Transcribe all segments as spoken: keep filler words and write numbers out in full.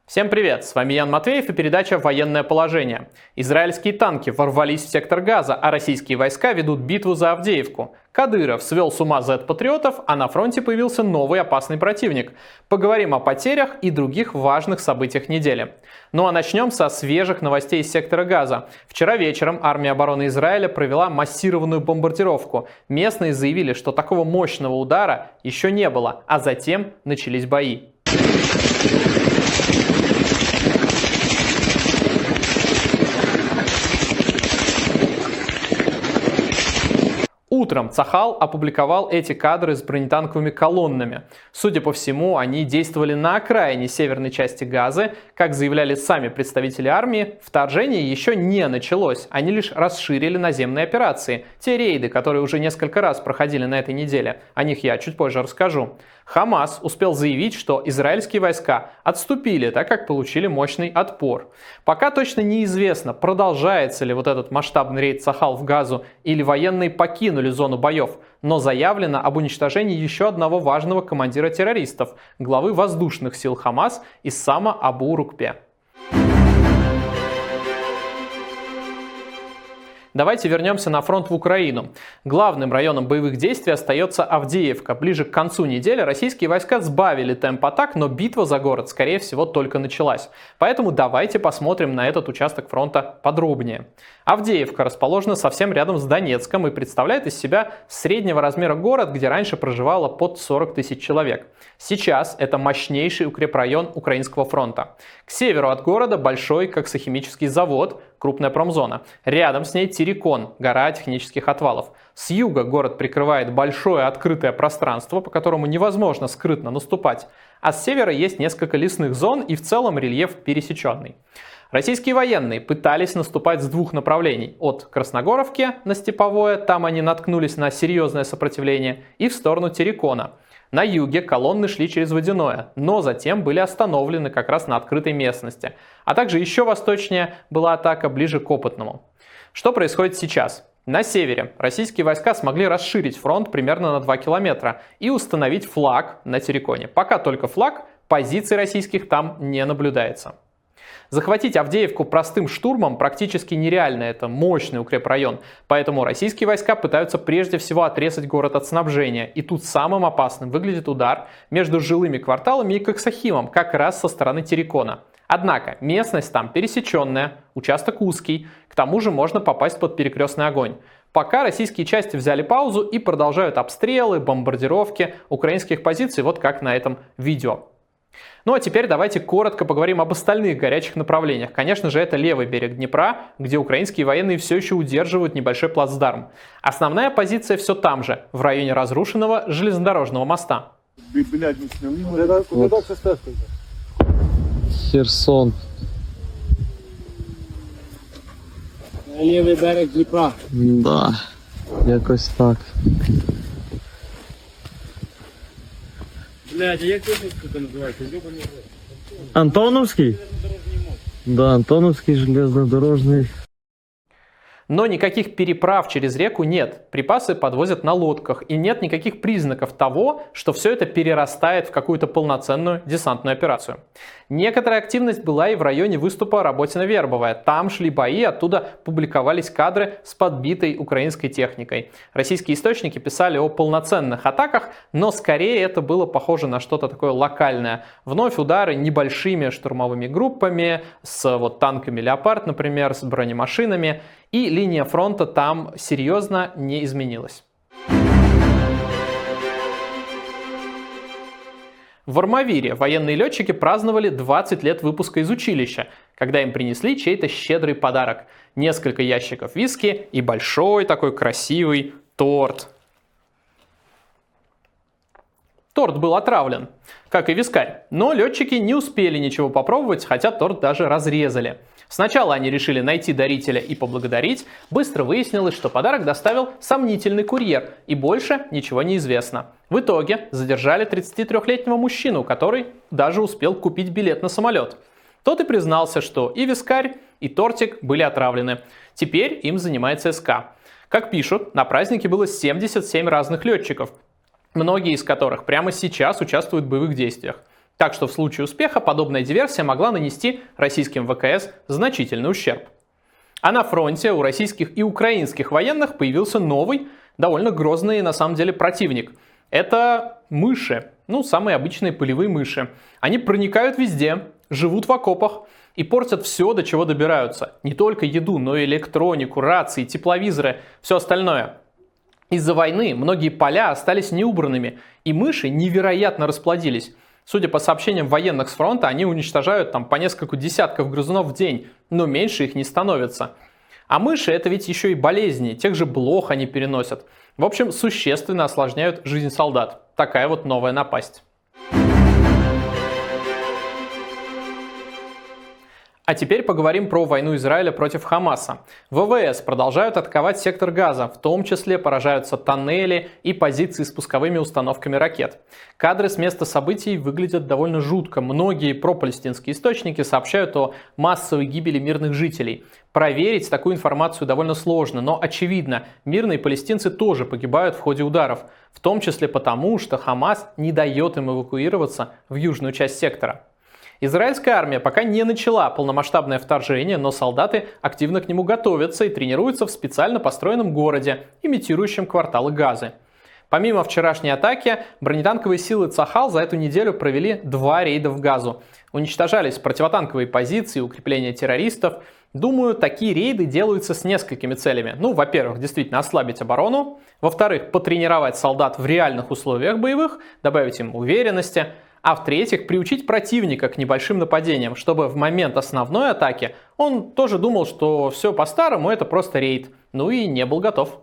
Всем привет, с вами Ян Матвеев и передача «Военное положение». Израильские танки ворвались в сектор Газа, а российские войска ведут битву за Авдеевку. Кадыров свел с ума зет-патриотов, а на фронте появился новый опасный противник. Поговорим о потерях и других важных событиях недели. Ну а начнем со свежих новостей из сектора Газа. Вчера вечером армия обороны Израиля провела массированную бомбардировку. Местные заявили, что такого мощного удара еще не было, а затем начались бои. Утром Цахал опубликовал эти кадры с бронетанковыми колоннами. Судя по всему, они действовали на окраине северной части Газы. Как заявляли сами представители армии, вторжение еще не началось. Они лишь расширили наземные операции. Те рейды, которые уже несколько раз проходили на этой неделе. О них я чуть позже расскажу. Хамас успел заявить, что израильские войска отступили, так как получили мощный отпор. Пока точно неизвестно, продолжается ли вот этот масштабный рейд Цахал в Газу или военные покинули зону боев, но заявлено об уничтожении еще одного важного командира террористов, главы воздушных сил Хамас Иссама Абу Рукпе. Давайте вернемся на фронт в Украину. Главным районом боевых действий остается Авдеевка. Ближе к концу недели российские войска сбавили темп атак, но битва за город, скорее всего, только началась. Поэтому давайте посмотрим на этот участок фронта подробнее. Авдеевка расположена совсем рядом с Донецком и представляет из себя среднего размера город, где раньше проживало под сорок тысяч человек. Сейчас это мощнейший укрепрайон Украинского фронта. К северу от города большой коксохимический завод, крупная промзона. Рядом с ней Терекон, гора технических отвалов. С юга город прикрывает большое открытое пространство, по которому невозможно скрытно наступать. А с севера есть несколько лесных зон и в целом рельеф пересеченный. Российские военные пытались наступать с двух направлений. От Красногоровки на Степовое, там они наткнулись на серьезное сопротивление, и в сторону Терекона. На юге колонны шли через Водяное, но затем были остановлены как раз на открытой местности. А также еще восточнее была атака ближе к Опытному. Что происходит сейчас? На севере российские войска смогли расширить фронт примерно на два километра и установить флаг на Тереконе. Пока только флаг, позиций российских там не наблюдается. Захватить Авдеевку простым штурмом практически нереально, это мощный укрепрайон, поэтому российские войска пытаются прежде всего отрезать город от снабжения. И тут самым опасным выглядит удар между жилыми кварталами и Коксохимом, как раз со стороны Терекона. Однако местность там пересеченная, участок узкий, к тому же можно попасть под перекрестный огонь. Пока российские части взяли паузу и продолжают обстрелы, бомбардировки украинских позиций, вот как на этом видео. Ну а теперь давайте коротко поговорим об остальных горячих направлениях. Конечно же, это левый берег Днепра, где украинские военные все еще удерживают небольшой плацдарм. Основная позиция все там же, в районе разрушенного железнодорожного моста. Херсон. Лівий берег Дніпра. Да, якось так. Блядь, а як це тут називається? Антоновский? Да, Антоновский железнодорожный. Но никаких переправ через реку нет. Припасы подвозят на лодках. И нет никаких признаков того, что все это перерастает в какую-то полноценную десантную операцию. Некоторая активность была и в районе выступа Работино-Вербовое. Там шли бои, оттуда публиковались кадры с подбитой украинской техникой. Российские источники писали о полноценных атаках, но скорее это было похоже на что-то такое локальное. Вновь удары небольшими штурмовыми группами, с вот танками «Леопард», например, с бронемашинами. И линия фронта там серьезно не изменилась. В Армавире военные летчики праздновали двадцать лет выпуска из училища, когда им принесли чей-то щедрый подарок. Несколько ящиков виски и большой такой красивый торт. Торт был отравлен, как и вискарь, но летчики не успели ничего попробовать, хотя торт даже разрезали. Сначала они решили найти дарителя и поблагодарить. Быстро выяснилось, что подарок доставил сомнительный курьер, и больше ничего не известно. В итоге задержали тридцатитрёхлетнего мужчину, который даже успел купить билет на самолет. Тот и признался, что и вискарь, и тортик были отравлены. Теперь им занимается СК. Как пишут, на празднике было семьдесят семь разных летчиков, многие из которых прямо сейчас участвуют в боевых действиях. Так что в случае успеха подобная диверсия могла нанести российским ВКС значительный ущерб. А на фронте у российских и украинских военных появился новый, довольно грозный на самом деле противник. Это мыши, ну самые обычные полевые мыши. Они проникают везде, живут в окопах и портят все, до чего добираются. Не только еду, но и электронику, рации, тепловизоры, все остальное. Из-за войны многие поля остались неубранными, и мыши невероятно расплодились. Судя по сообщениям военных с фронта, они уничтожают там по несколько десятков грызунов в день, но меньше их не становится. А мыши это ведь еще и болезни, тех же блох они переносят. В общем, существенно осложняют жизнь солдат. Такая вот новая напасть. А теперь поговорим про войну Израиля против Хамаса. ВВС продолжают атаковать сектор Газа, в том числе поражаются тоннели и позиции с пусковыми установками ракет. Кадры с места событий выглядят довольно жутко. Многие пропалестинские источники сообщают о массовой гибели мирных жителей. Проверить такую информацию довольно сложно, но очевидно, мирные палестинцы тоже погибают в ходе ударов, в том числе потому, что Хамас не дает им эвакуироваться в южную часть сектора. Израильская армия пока не начала полномасштабное вторжение, но солдаты активно к нему готовятся и тренируются в специально построенном городе, имитирующем кварталы Газы. Помимо вчерашней атаки, бронетанковые силы Цахал за эту неделю провели два рейда в Газу. Уничтожались противотанковые позиции, укрепления террористов. Думаю, такие рейды делаются с несколькими целями. Ну, во-первых, действительно ослабить оборону. Во-вторых, потренировать солдат в реальных условиях боевых, добавить им уверенности. А в-третьих, приучить противника к небольшим нападениям, чтобы в момент основной атаки он тоже думал, что все по-старому, это просто рейд. Ну и не был готов.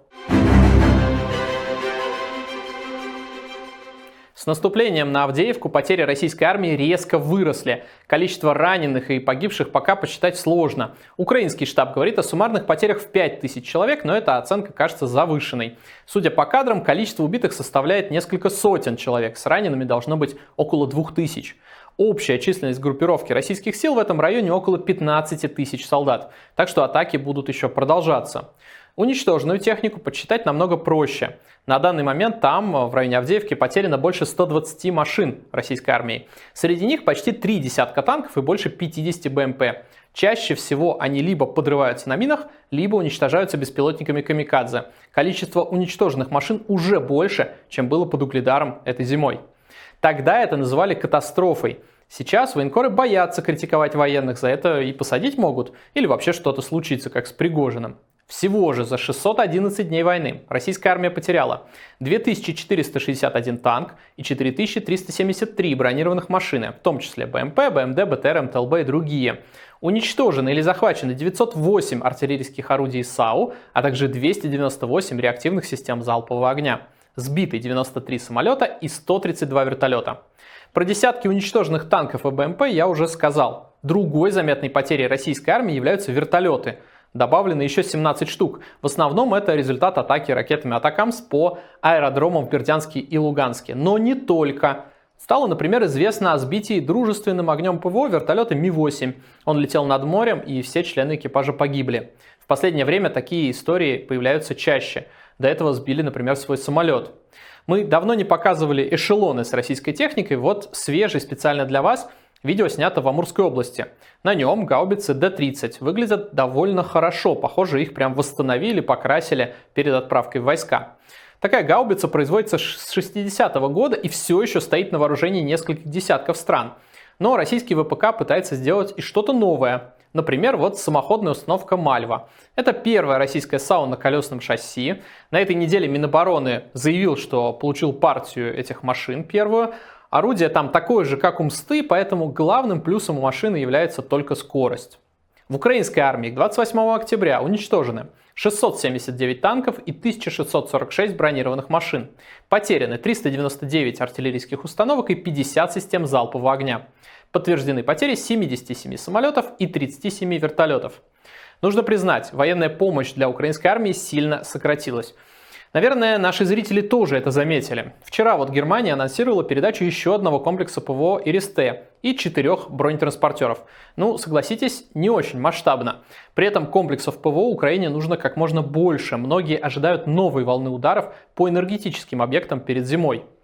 С наступлением на Авдеевку потери российской армии резко выросли. Количество раненых и погибших пока посчитать сложно. Украинский штаб говорит о суммарных потерях в пять тысяч человек, но эта оценка кажется завышенной. Судя по кадрам, количество убитых составляет несколько сотен человек. С ранеными должно быть около двух тысяч. Общая численность группировки российских сил в этом районе около пятнадцати тысяч солдат. Так что атаки будут еще продолжаться. Уничтоженную технику подсчитать намного проще. На данный момент там, в районе Авдеевки, потеряно больше ста двадцати машин российской армии. Среди них почти три десятка танков и больше пятидесяти БМП. Чаще всего они либо подрываются на минах, либо уничтожаются беспилотниками камикадзе. Количество уничтоженных машин уже больше, чем было под Угледаром этой зимой. Тогда это называли катастрофой. Сейчас военкоры боятся критиковать военных, за это и посадить могут, или вообще что-то случится, как с Пригожиным. Всего же за шестьсот одиннадцать дней войны российская армия потеряла две тысячи четыреста шестьдесят один танк и четыре тысячи триста семьдесят три бронированных машины, в том числе БМП, БМД, БТР, МТЛБ и другие. Уничтожены или захвачены девятьсот восемь артиллерийских орудий САУ, а также двести девяносто восемь реактивных систем залпового огня. Сбиты девяносто три самолета и сто тридцать два вертолета. Про десятки уничтоженных танков и БМП я уже сказал. Другой заметной потерей российской армии являются вертолеты. Добавлено еще семнадцать штук. В основном это результат атаки ракетами «Атакамс» по аэродромам в Бердянске и Луганске. Но не только. Стало, например, известно о сбитии дружественным огнем ПВО вертолета Ми восемь. Он летел над морем, и все члены экипажа погибли. В последнее время такие истории появляются чаще. До этого сбили, например, свой самолет. Мы давно не показывали эшелоны с российской техникой. Вот свежий специально для вас видео снято в Амурской области. На нем гаубицы Д тридцать. Выглядят довольно хорошо. Похоже, их прям восстановили, покрасили перед отправкой в войска. Такая гаубица производится с шестидесятого года и все еще стоит на вооружении нескольких десятков стран. Но российский ВПК пытается сделать и что-то новое. Например, вот самоходная установка «Мальва». Это первая российская САУ на колесном шасси. На этой неделе Минобороны заявил, что получил партию этих машин, первую. Орудие там такое же, как у Мсты, поэтому главным плюсом у машины является только скорость. В украинской армии к двадцать восьмому октября уничтожены шестьсот семьдесят девять танков и тысяча шестьсот сорок шесть бронированных машин. Потеряны триста девяносто девять артиллерийских установок и пятьдесят систем залпового огня. Подтверждены потери семидесяти семи самолетов и тридцати семи вертолетов. Нужно признать, военная помощь для украинской армии сильно сократилась. Наверное, наши зрители тоже это заметили. Вчера вот Германия анонсировала передачу еще одного комплекса ПВО Ири-Т и четырех бронетранспортеров. Ну, согласитесь, не очень масштабно. При этом комплексов ПВО Украине нужно как можно больше. Многие ожидают новой волны ударов по энергетическим объектам перед зимой.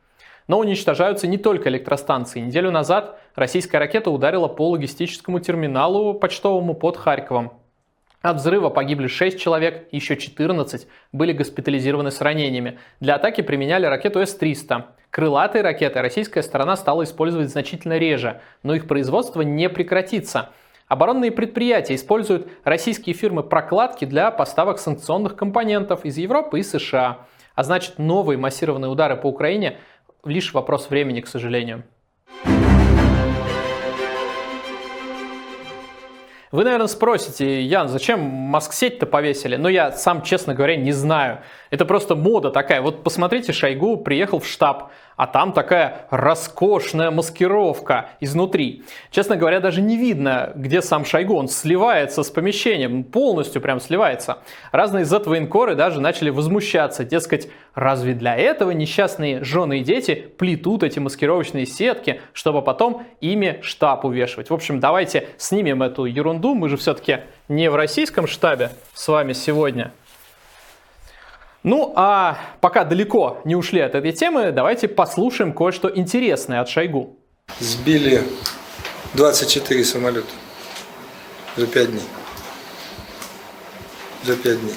Но уничтожаются не только электростанции. Неделю назад российская ракета ударила по логистическому терминалу почтовому под Харьковом. От взрыва погибли шесть человек, еще четырнадцать были госпитализированы с ранениями. Для атаки применяли ракету эс триста. Крылатые ракеты российская сторона стала использовать значительно реже, но их производство не прекратится. Оборонные предприятия используют российские фирмы прокладки для поставок санкционных компонентов из Европы и США. А значит, новые массированные удары по Украине – лишь вопрос времени, к сожалению. Вы, наверное, спросите: Ян, зачем Москсеть-то повесили? Но я сам, честно говоря, не знаю. Это просто мода такая. Вот посмотрите, Шойгу приехал в штаб, а там такая роскошная маскировка изнутри. Честно говоря, даже не видно, где сам Шойгу. Он сливается с помещением, полностью прям сливается. Разные зет-военкоры даже начали возмущаться. Дескать, разве для этого несчастные жены и дети плетут эти маскировочные сетки, чтобы потом ими штаб увешивать? В общем, давайте снимем эту ерунду. Мы же все-таки не в российском штабе с вами сегодня. Ну, а пока далеко не ушли от этой темы, давайте послушаем кое-что интересное от Шойгу. Сбили двадцать четыре самолета за пять дней. За пять дней.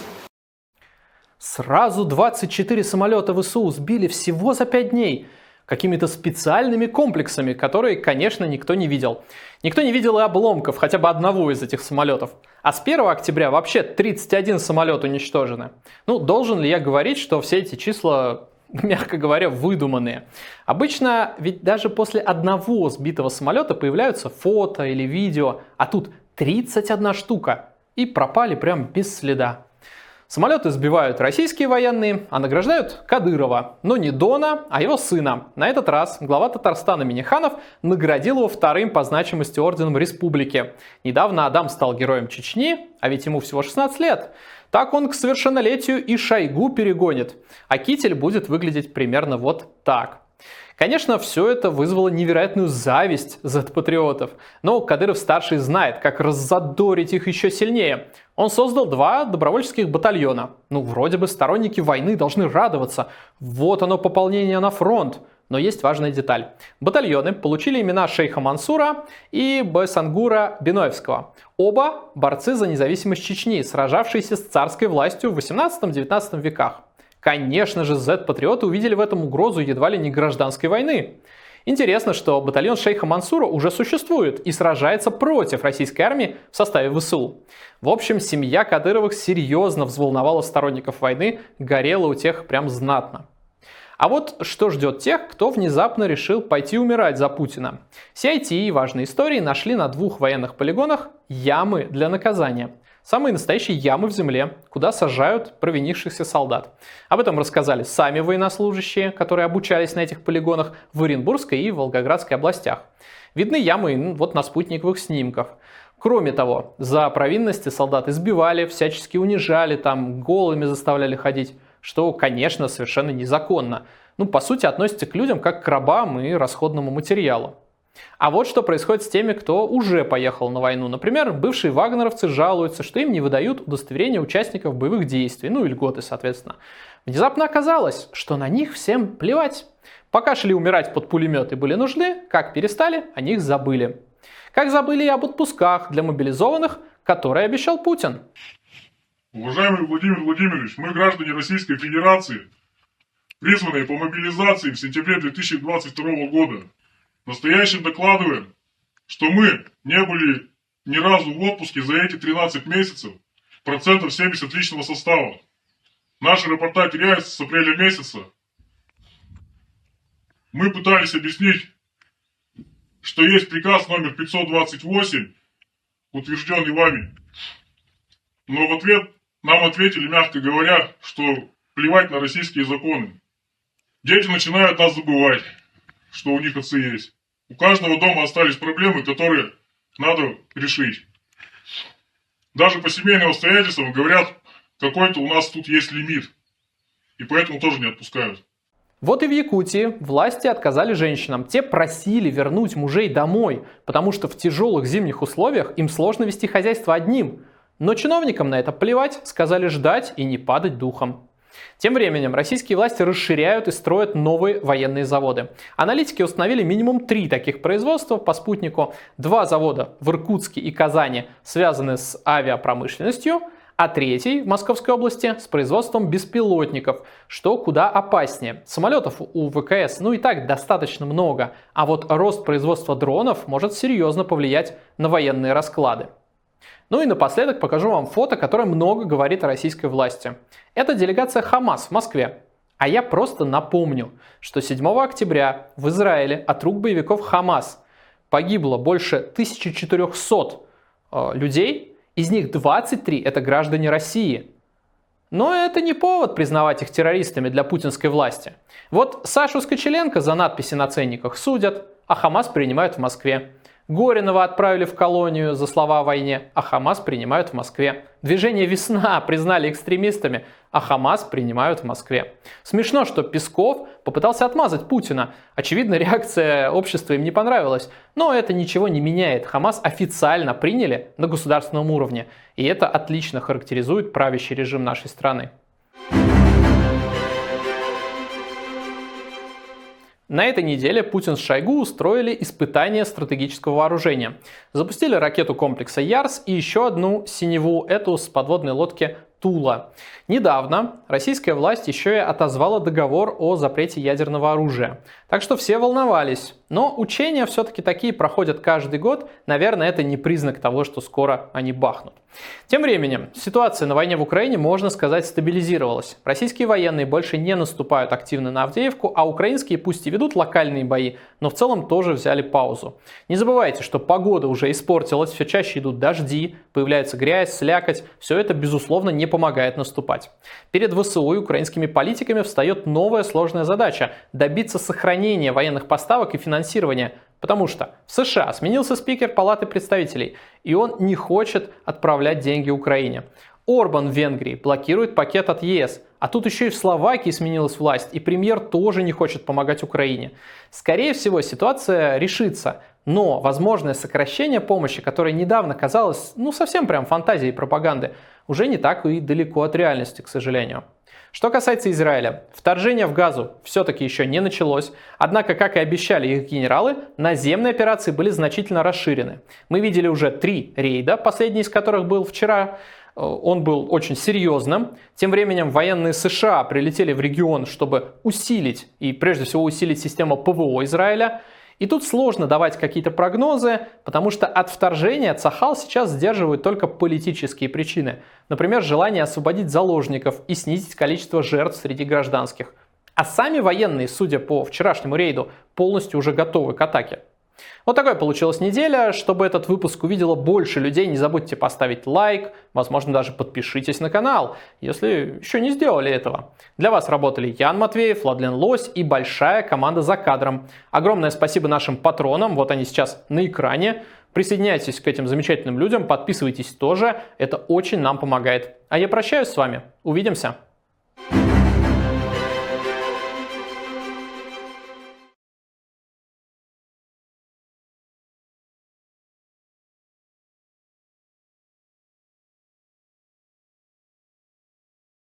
Сразу двадцать четыре самолета ВСУ сбили всего за пять дней. Какими-то специальными комплексами, которые, конечно, никто не видел. Никто не видел и обломков хотя бы одного из этих самолетов. А с первого октября вообще тридцать один самолет уничтожены. Ну, должен ли я говорить, что все эти числа, мягко говоря, выдуманные? Обычно ведь даже после одного сбитого самолета появляются фото или видео, а тут тридцать одна штука. И пропали прям без следа. Самолеты сбивают российские военные, а награждают Кадырова. Но не Дона, а его сына. На этот раз глава Татарстана Минниханов наградил его вторым по значимости орденом республики. Недавно Адам стал героем Чечни, а ведь ему всего шестнадцать лет. Так он к совершеннолетию и Шойгу перегонит. А китель будет выглядеть примерно вот так. Конечно, все это вызвало невероятную зависть зет-патриотов, но Кадыров-старший знает, как раззадорить их еще сильнее. Он создал два добровольческих батальона. Ну, вроде бы сторонники войны должны радоваться. Вот оно, пополнение на фронт. Но есть важная деталь. Батальоны получили имена шейха Мансура и Байсангура Биноевского. Оба борцы за независимость Чечни, сражавшиеся с царской властью в восемнадцатом-девятнадцатом веках. Конечно же, зет-патриоты увидели в этом угрозу едва ли не гражданской войны. Интересно, что батальон шейха Мансура уже существует и сражается против российской армии в составе ВСУ. В общем, семья Кадыровых серьезно взволновала сторонников войны, горела у тех прям знатно. А вот что ждет тех, кто внезапно решил пойти умирать за Путина. си ай ти и важные истории нашли на двух военных полигонах ямы для наказания. Самые настоящие ямы в земле, куда сажают провинившихся солдат. Об этом рассказали сами военнослужащие, которые обучались на этих полигонах в Оренбургской и Волгоградской областях. Видны ямы ну, вот на спутниковых снимках. Кроме того, за провинности солдат избивали, всячески унижали, там голыми заставляли ходить, что, конечно, совершенно незаконно. Ну, по сути, относится к людям как к рабам и расходному материалу. А вот что происходит с теми, кто уже поехал на войну. Например, бывшие вагнеровцы жалуются, что им не выдают удостоверения участников боевых действий, ну и льготы, соответственно. Внезапно оказалось, что на них всем плевать. Пока шли умирать под пулеметы были нужны, как перестали, о них забыли. Как забыли и об отпусках для мобилизованных, которые обещал Путин. Уважаемый Владимир Владимирович, мы, граждане Российской Федерации, призванные по мобилизации в сентябре две тысячи двадцать второго года, настоящим докладываем, что мы не были ни разу в отпуске за эти тринадцать месяцев, процентов семьдесят личного состава. Наши рапорта теряются с апреля месяца. Мы пытались объяснить, что есть приказ номер пятьсот двадцать восемь, утвержденный вами. Но в ответ нам ответили, мягко говоря, что плевать на российские законы. Дети начинают нас забывать, что у них отцы есть. У каждого дома остались проблемы, которые надо решить. Даже по семейным обстоятельствам говорят, какой-то у нас тут есть лимит. И поэтому тоже не отпускают. Вот и в Якутии власти отказали женщинам. Те просили вернуть мужей домой, потому что в тяжелых зимних условиях им сложно вести хозяйство одним. Но чиновникам на это плевать, сказали ждать и не падать духом. Тем временем российские власти расширяют и строят новые военные заводы. Аналитики установили минимум три таких производства по спутнику. Два завода в Иркутске и Казани связаны с авиапромышленностью, а третий в Московской области с производством беспилотников, что куда опаснее. Самолетов у ВКС ну и так достаточно много, а вот рост производства дронов может серьезно повлиять на военные расклады. Ну и напоследок покажу вам фото, которое много говорит о российской власти. Это делегация ХАМАС в Москве. А я просто напомню, что седьмого октября в Израиле от рук боевиков ХАМАС погибло больше тысячи четырёхсот э, людей, из них двадцать три это граждане России. Но это не повод признавать их террористами для путинской власти. Вот Сашу Скочеленко за надписи на ценниках судят, а ХАМАС принимают в Москве. Горинова отправили в колонию за слова о войне, а ХАМАС принимают в Москве. Движение «Весна» признали экстремистами, а ХАМАС принимают в Москве. Смешно, что Песков попытался отмазать Путина. Очевидно, реакция общества им не понравилась. Но это ничего не меняет. ХАМАС официально приняли на государственном уровне. И это отлично характеризует правящий режим нашей страны. На этой неделе Путин с Шойгу устроили испытание стратегического вооружения. Запустили ракету комплекса Ярс и еще одну синеву, эту с подводной лодки Тула. Недавно российская власть еще и отозвала договор о запрете ядерного оружия. Так что все волновались. Но учения все-таки такие проходят каждый год. Наверное, это не признак того, что скоро они бахнут. Тем временем, ситуация на войне в Украине, можно сказать, стабилизировалась. Российские военные больше не наступают активно на Авдеевку, а украинские пусть и ведут локальные бои, но в целом тоже взяли паузу. Не забывайте, что погода уже испортилась, все чаще идут дожди, появляется грязь, слякоть. Все это, безусловно, не помогает наступать. Перед ВСУ и украинскими политиками встает новая сложная задача – добиться сохранения военных поставок и финансирования. Потому что в США сменился спикер Палаты представителей, и он не хочет отправлять деньги Украине. Орбан в Венгрии блокирует пакет от ЕС, а тут еще и в Словакии сменилась власть, и премьер тоже не хочет помогать Украине. Скорее всего, ситуация решится, но возможное сокращение помощи, которое недавно казалось ну совсем прям фантазией и пропаганды, уже не так и далеко от реальности, к сожалению. Что касается Израиля, вторжение в Газу все-таки еще не началось, однако, как и обещали их генералы, наземные операции были значительно расширены. Мы видели уже три рейда, последний из которых был вчера, он был очень серьезным. Тем временем военные США прилетели в регион, чтобы усилить, и прежде всего усилить систему ПВО Израиля. И тут сложно давать какие-то прогнозы, потому что от вторжения Цахал сейчас сдерживают только политические причины. Например, желание освободить заложников и снизить количество жертв среди гражданских. А сами военные, судя по вчерашнему рейду, полностью уже готовы к атаке. Вот такой получилась неделя. Чтобы этот выпуск увидело больше людей, не забудьте поставить лайк, возможно, даже подпишитесь на канал, если еще не сделали этого. Для вас работали Ян Матвеев, Владлен Лось и большая команда за кадром. Огромное спасибо нашим патронам, вот они сейчас на экране. Присоединяйтесь к этим замечательным людям, подписывайтесь тоже, это очень нам помогает. А я прощаюсь с вами, увидимся.